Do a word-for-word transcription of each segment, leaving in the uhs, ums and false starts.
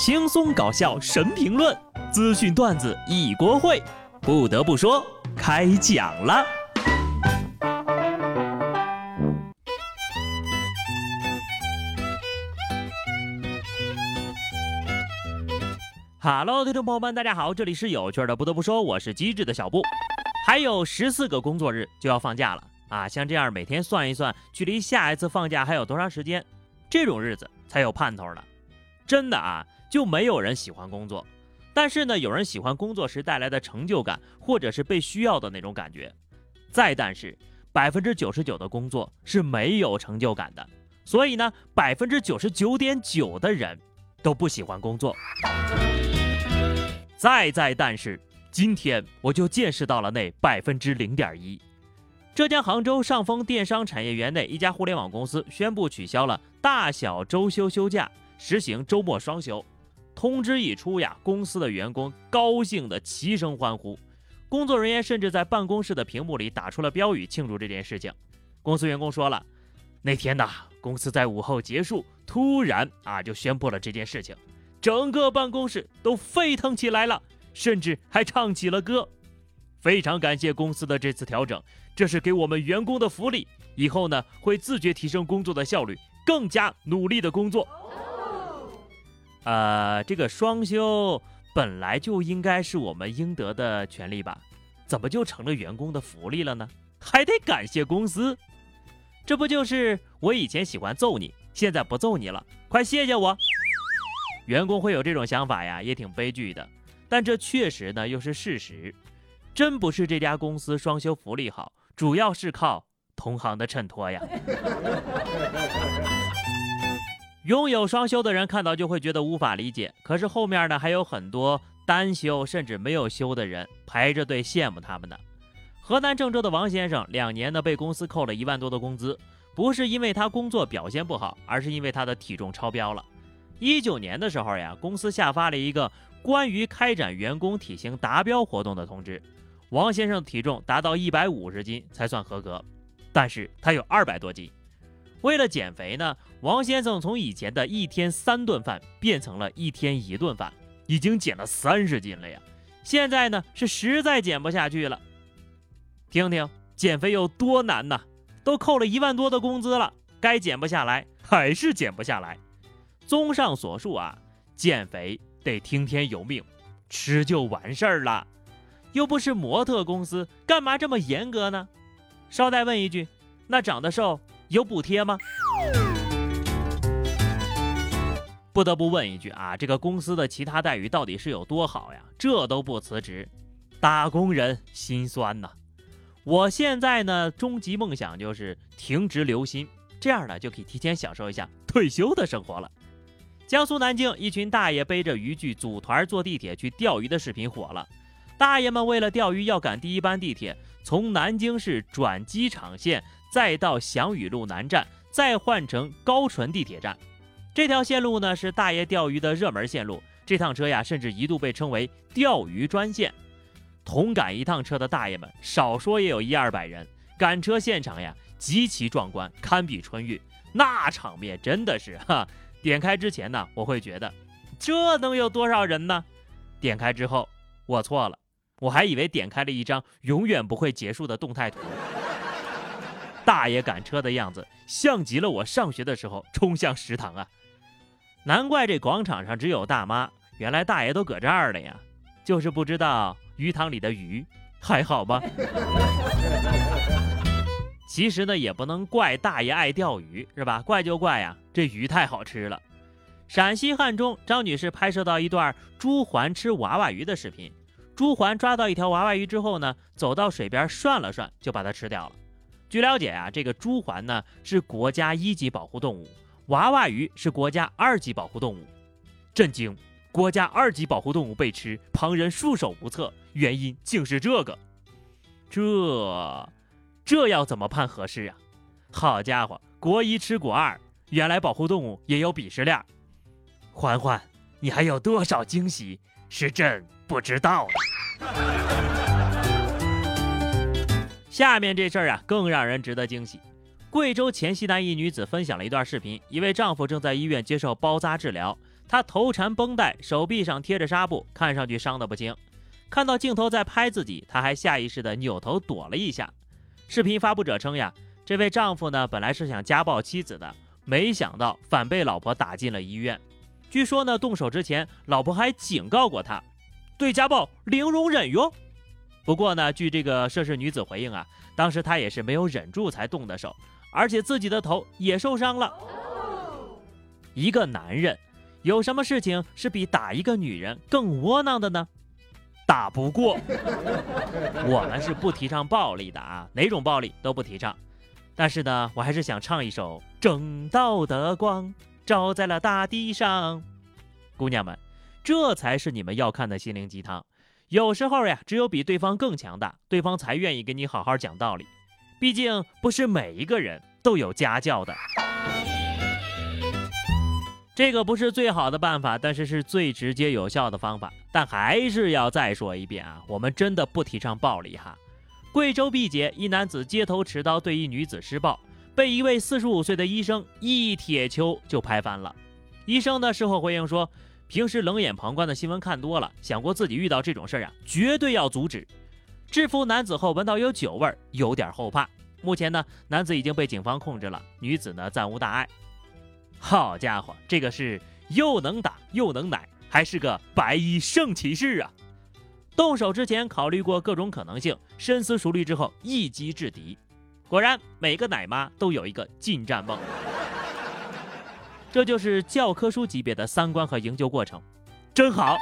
轻松搞笑神评论，资讯段子一锅烩。不得不说，开讲了。Hello， 听众朋友们，大家好，这里是有趣的。不得不说，我是机智的小布。还有十四个工作日就要放假了啊！像这样每天算一算，距离下一次放假还有多长时间，这种日子才有盼头呢。真的啊，就没有人喜欢工作，但是呢，有人喜欢工作时带来的成就感，或者是被需要的那种感觉。再但是，百分之九十九的工作是没有成就感的，所以呢，百分之九十九点九的人都不喜欢工作。再再但是，今天我就见识到了那百分之零点一。浙江杭州上丰电商产业园内一家互联网公司宣布取消了大小周休休假，实行周末双休。通知一出呀，公司的员工高兴的齐声欢呼，工作人员甚至在办公室的屏幕里打出了标语庆祝这件事情。公司员工说了，那天呐，公司在午后结束，突然啊就宣布了这件事情，整个办公室都沸腾起来了，甚至还唱起了歌。非常感谢公司的这次调整，这是给我们员工的福利，以后呢会自觉提升工作的效率，更加努力的工作。呃，这个双休本来就应该是我们应得的权利吧，怎么就成了员工的福利了呢？还得感谢公司，这不就是我以前喜欢揍你，现在不揍你了，快谢谢我。员工会有这种想法呀，也挺悲剧的，但这确实呢又是事实。真不是这家公司双休福利好，主要是靠同行的衬托呀。拥有双休的人看到就会觉得无法理解，可是后面呢还有很多单休甚至没有休的人排着队羡慕他们呢。河南郑州的王先生两年呢被公司扣了一万多的工资，不是因为他工作表现不好，而是因为他的体重超标了。一九年的时候呀，公司下发了一个关于开展员工体型达标活动的通知，王先生的体重达到一百五十斤才算合格，但是他有二百多斤。为了减肥呢，王先生从以前的一天三顿饭变成了一天一顿饭，已经减了三十斤了呀。现在呢是实在减不下去了。听听减肥有多难呐，都扣了一万多的工资了，该减不下来还是减不下来。综上所述啊，减肥得听天由命，吃就完事儿了。又不是模特公司，干嘛这么严格呢？捎带问一句，那长得瘦有补贴吗？不得不问一句啊，这个公司的其他待遇到底是有多好呀？这都不辞职，打工人心酸呐。我现在呢，终极梦想就是停职留薪，这样呢就可以提前享受一下退休的生活了。江苏南京一群大爷背着渔具组团坐地铁去钓鱼的视频火了。大爷们为了钓鱼要赶第一班地铁，从南京市转机场线，再到祥宇路南站，再换乘高淳地铁站。这条线路呢是大爷钓鱼的热门线路，这趟车呀甚至一度被称为钓鱼专线。同赶一趟车的大爷们少说也有一二百人，赶车现场呀极其壮观，堪比春运，那场面真的是哈。点开之前呢，我会觉得这能有多少人呢？点开之后我错了，我还以为点开了一张永远不会结束的动态图。大爷赶车的样子像极了我上学的时候冲向食堂啊！难怪这广场上只有大妈，原来大爷都搁这儿了呀，就是不知道鱼塘里的鱼还好吗？其实呢，也不能怪大爷爱钓鱼，是吧？怪就怪呀，这鱼太好吃了。陕西汉中，张女士拍摄到一段朱鹮吃娃娃鱼的视频。朱鹮抓到一条娃娃鱼之后呢，走到水边涮了涮，就把它吃掉了。据了解啊，这个朱鹮呢是国家一级保护动物，娃娃鱼是国家二级保护动物。震惊！国家二级保护动物被吃，旁人束手无策，原因竟是这个。这这要怎么判合适啊？好家伙，国一吃国二，原来保护动物也有鄙视链。欢欢，你还有多少惊喜是朕不知道的？下面这事儿啊，更让人值得惊喜。贵州黔西南一女子分享了一段视频，一位丈夫正在医院接受包扎治疗， 他头缠绷带，手臂上贴着纱布，看上去伤得不轻。看到镜头在拍自己，他还下意识地扭头躲了一下。视频发布者称呀，这位丈夫呢本来是想家暴妻子的，没想到反被老婆打进了医院。据说呢，动手之前老婆还警告过他，对家暴零容忍哟。不过呢，据这个涉事女子回应啊，当时她也是没有忍住才动的手，而且自己的头也受伤了。一个男人有什么事情是比打一个女人更窝囊的呢？打不过。我们是不提倡暴力的啊，哪种暴力都不提倡。但是呢，我还是想唱一首《正道的光照在了大地上》。姑娘们，这才是你们要看的心灵鸡汤。有时候呀，只有比对方更强大，对方才愿意跟你好好讲道理。毕竟不是每一个人都有家教的。这个不是最好的办法，但是是最直接有效的方法。但还是要再说一遍啊，我们真的不提倡暴力哈。贵州毕节一男子街头持刀对一女子施暴，被一位四十五岁的医生一铁球就拍翻了。医生呢事后回应说，平时冷眼旁观的新闻看多了，想过自己遇到这种事儿啊，绝对要阻止。制服男子后闻到有酒味，有点后怕。目前呢，男子已经被警方控制了，女子呢暂无大碍。好家伙，这个是又能打又能奶，还是个白衣圣骑士啊！动手之前考虑过各种可能性，深思熟虑之后一击制敌。果然，每个奶妈都有一个近战梦。这就是教科书级别的三观和营救过程，真好！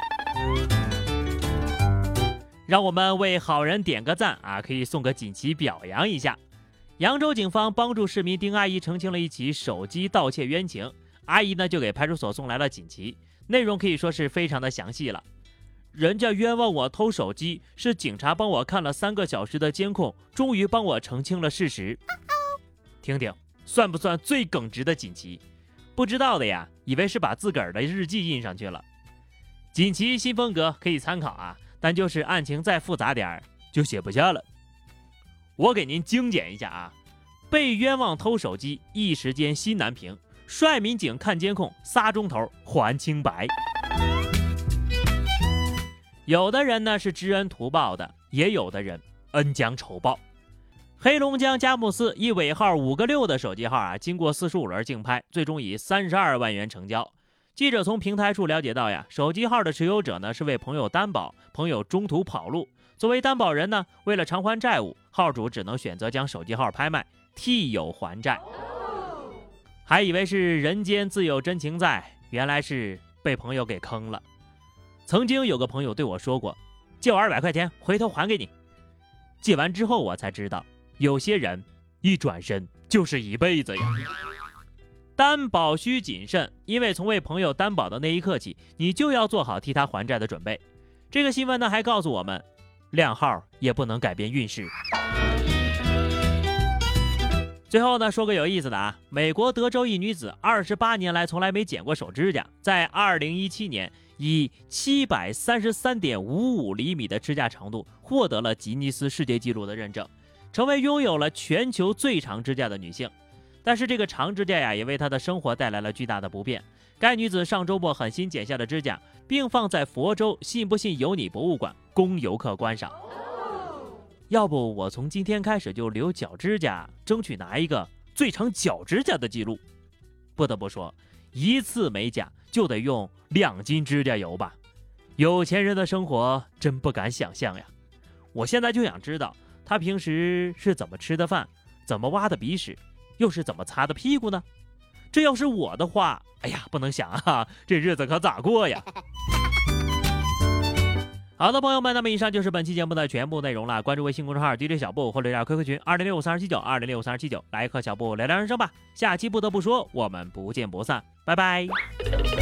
让我们为好人点个赞啊，可以送个锦旗表扬一下。扬州警方帮助市民丁阿姨澄清了一起手机盗窃冤情，阿姨呢就给派出所送来了锦旗，内容可以说是非常的详细了。人家冤枉我偷手机，是警察帮我看了三个小时的监控，终于帮我澄清了事实。听听，算不算最耿直的锦旗？不知道的呀，以为是把自个儿的日记印上去了。锦旗新风格可以参考啊，但就是案情再复杂点就写不下了。我给您精简一下啊，被冤枉偷手机，一时间心难平，帅民警看监控，仨钟头还清白。有的人呢是知恩图报的，也有的人恩将仇报。黑龙江佳木斯一尾号五个六的手机号啊，经过四十五轮竞拍，最终以三十二万元成交。记者从平台处了解到呀，手机号的持有者呢是为朋友担保，朋友中途跑路，作为担保人呢，为了偿还债务，号主只能选择将手机号拍卖，替友还债。还以为是人间自有真情在，原来是被朋友给坑了。曾经有个朋友对我说过，借我二百块钱，回头还给你。借完之后我才知道，有些人一转身就是一辈子呀。担保需谨慎，因为从为朋友担保的那一刻起，你就要做好替他还债的准备。这个新闻呢还告诉我们，靓号也不能改变运势。最后呢，说个有意思的啊，美国德州一女子二十八年来从来没剪过手指甲，在二零一七年以七百三十三点五五厘米的指甲长度获得了吉尼斯世界纪录的认证，成为拥有了全球最长指甲的女性。但是这个长指甲呀，也为她的生活带来了巨大的不便。该女子上周末狠心剪下了指甲，并放在佛州信不信由你博物馆供游客观赏。要不我从今天开始就留脚指甲，争取拿一个最长脚指甲的记录。不得不说，一次美甲就得用两斤指甲油吧，有钱人的生活真不敢想象呀。我现在就想知道他平时是怎么吃的饭，怎么挖的鼻屎，又是怎么擦的屁股呢？这要是我的话，哎呀，不能想啊，这日子可咋过呀。好的，朋友们，那么以上就是本期节目的全部内容了。关注微信公众号 D J 小布或者加 Q Q 群二零六五三二七九二零六五三二七九，来和小布聊聊人生吧。下期不得不说，我们不见不散，拜拜。